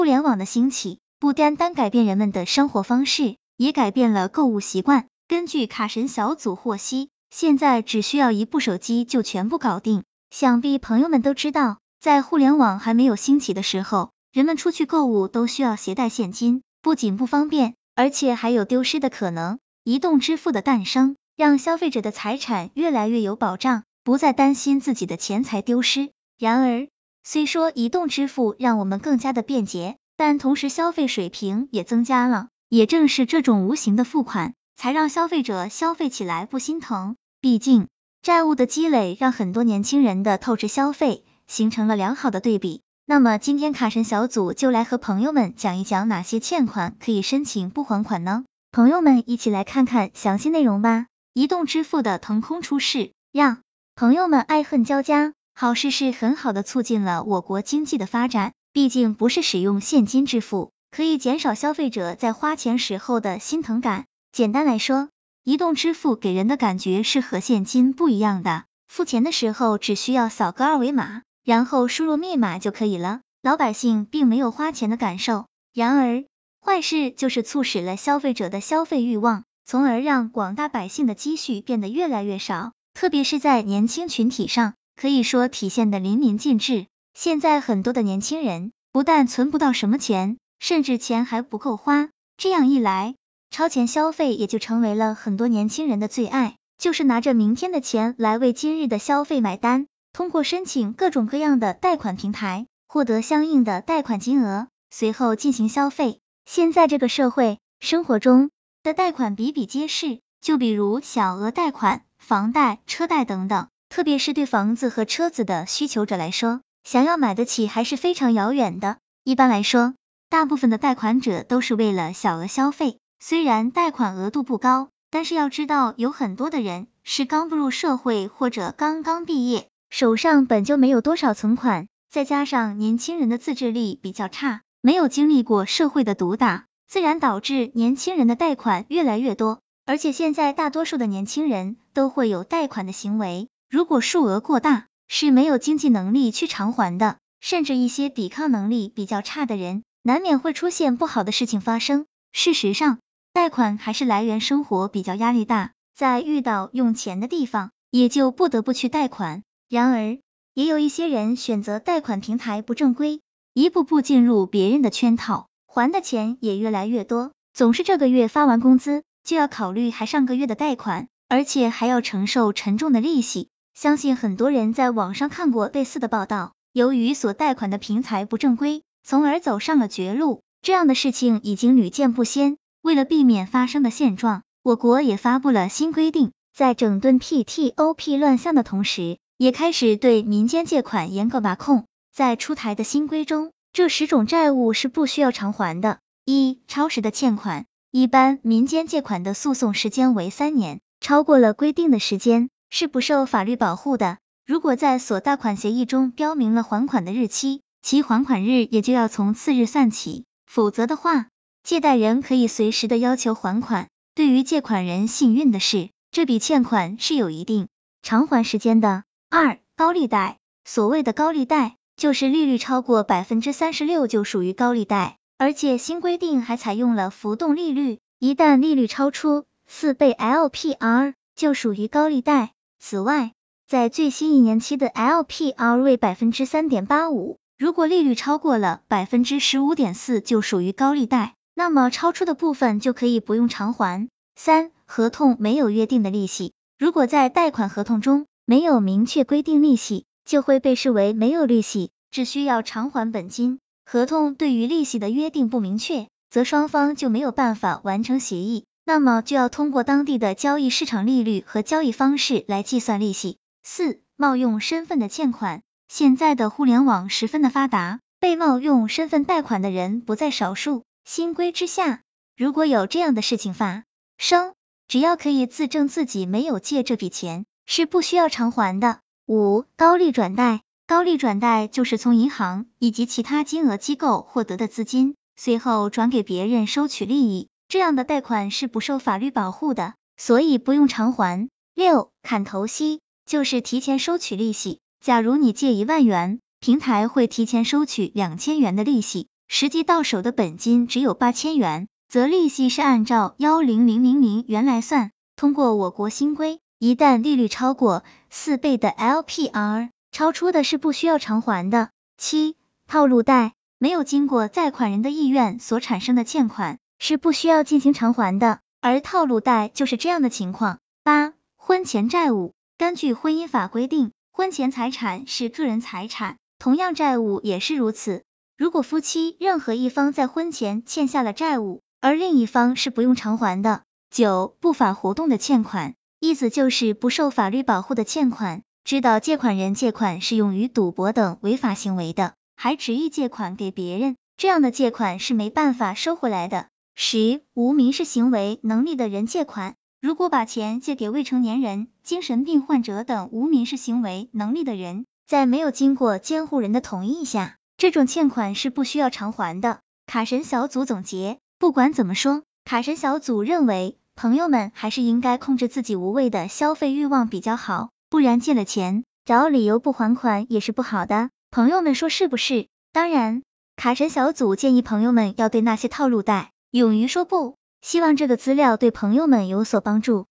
互联网的兴起，不单单改变人们的生活方式，也改变了购物习惯。根据卡神小组获悉，现在只需要一部手机就全部搞定。想必朋友们都知道，在互联网还没有兴起的时候，人们出去购物都需要携带现金，不仅不方便，而且还有丢失的可能。移动支付的诞生，让消费者的财产越来越有保障，不再担心自己的钱财丢失。然而，虽说移动支付让我们更加的便捷，但同时消费水平也增加了。也正是这种无形的付款，才让消费者消费起来不心疼。毕竟，债务的积累让很多年轻人的透支消费形成了良好的对比。那么今天卡神小组就来和朋友们讲一讲哪些欠款可以申请不还款呢？朋友们一起来看看详细内容吧。移动支付的腾空出世，让朋友们爱恨交加。好事是很好的促进了我国经济的发展，毕竟不是使用现金支付，可以减少消费者在花钱时候的心疼感。简单来说，移动支付给人的感觉是和现金不一样的，付钱的时候只需要扫个二维码，然后输入密码就可以了，老百姓并没有花钱的感受。然而，坏事就是促使了消费者的消费欲望，从而让广大百姓的积蓄变得越来越少，特别是在年轻群体上，可以说体现的淋漓尽致。现在很多的年轻人不但存不到什么钱，甚至钱还不够花，这样一来，超前消费也就成为了很多年轻人的最爱，就是拿着明天的钱来为今日的消费买单，通过申请各种各样的贷款平台，获得相应的贷款金额，随后进行消费。现在这个社会生活中的贷款比比皆是，就比如小额贷款、房贷、车贷等等，特别是对房子和车子的需求者来说，想要买得起还是非常遥远的。一般来说，大部分的贷款者都是为了小额消费，虽然贷款额度不高，但是要知道有很多的人是刚步入社会或者刚刚毕业，手上本就没有多少存款，再加上年轻人的自制力比较差，没有经历过社会的毒打，自然导致年轻人的贷款越来越多。而且现在大多数的年轻人都会有贷款的行为，如果数额过大，是没有经济能力去偿还的，甚至一些抵抗能力比较差的人，难免会出现不好的事情发生。事实上，贷款还是来源生活比较压力大，在遇到用钱的地方，也就不得不去贷款。然而，也有一些人选择贷款平台不正规，一步步进入别人的圈套，还的钱也越来越多，总是这个月发完工资，就要考虑还上个月的贷款，而且还要承受沉重的利息。相信很多人在网上看过类似的报道，由于所贷款的平台不正规，从而走上了绝路，这样的事情已经屡见不鲜。为了避免发生的现状，我国也发布了新规定，在整顿 P2P 乱象的同时，也开始对民间借款严格把控。在出台的新规中，这10种债务是不需要偿还的。1. 超时的欠款，一般民间借款的诉讼时间为3年，超过了规定的时间是不受法律保护的。如果在所贷款协议中标明了还款的日期，其还款日也就要从次日算起，否则的话，借贷人可以随时的要求还款。对于借款人幸运的是，这笔欠款是有一定偿还时间的。2. 高利贷，所谓的高利贷，就是利率超过 36% 就属于高利贷，而且新规定还采用了浮动利率，一旦利率超出4倍 LPR 就属于高利贷。此外，在最新1年期的 LPR 为 3.85%， 如果利率超过了 15.4% 就属于高利贷，那么超出的部分就可以不用偿还。3. 合同没有约定的利息，如果在贷款合同中没有明确规定利息，就会被视为没有利息，只需要偿还本金。合同对于利息的约定不明确，则双方就没有办法完成协议，那么就要通过当地的交易市场利率和交易方式来计算利息。4. 冒用身份的欠款，现在的互联网十分的发达，被冒用身份贷款的人不在少数。新规之下，如果有这样的事情发生，只要可以自证自己没有借这笔钱，是不需要偿还的。5. 高利转贷，高利转贷就是从银行以及其他金额机构获得的资金，随后转给别人收取利益，这样的贷款是不受法律保护的，所以不用偿还。6. 砍头息，就是提前收取利息，假如你借1万元，平台会提前收取2000元的利息， 实际到手的本金只有8000元，则利息是按照10000元来算。通过我国新规，一旦利率超过4倍的 LPR， 超出的是不需要偿还的。7. 套路贷，没有经过贷款人的意愿所产生的欠款是不需要进行偿还的，而套路贷就是这样的情况。8. 婚前债务，根据婚姻法规定，婚前财产是个人财产，同样债务也是如此。如果夫妻任何一方在婚前欠下了债务，而另一方是不用偿还的。9. 不法活动的欠款，意思就是不受法律保护的欠款，知道借款人借款是用于赌博等违法行为的，还执意借款给别人，这样的借款是没办法收回来的。10. 无民事行为能力的人借款，如果把钱借给未成年人、精神病患者等无民事行为能力的人，在没有经过监护人的同意下，这种欠款是不需要偿还的。卡神小组总结，不管怎么说，卡神小组认为朋友们还是应该控制自己无谓的消费欲望比较好，不然借了钱找理由不还款也是不好的。朋友们说是不是？当然，卡神小组建议朋友们要对那些套路贷勇于说不。希望这个资料对朋友们有所帮助。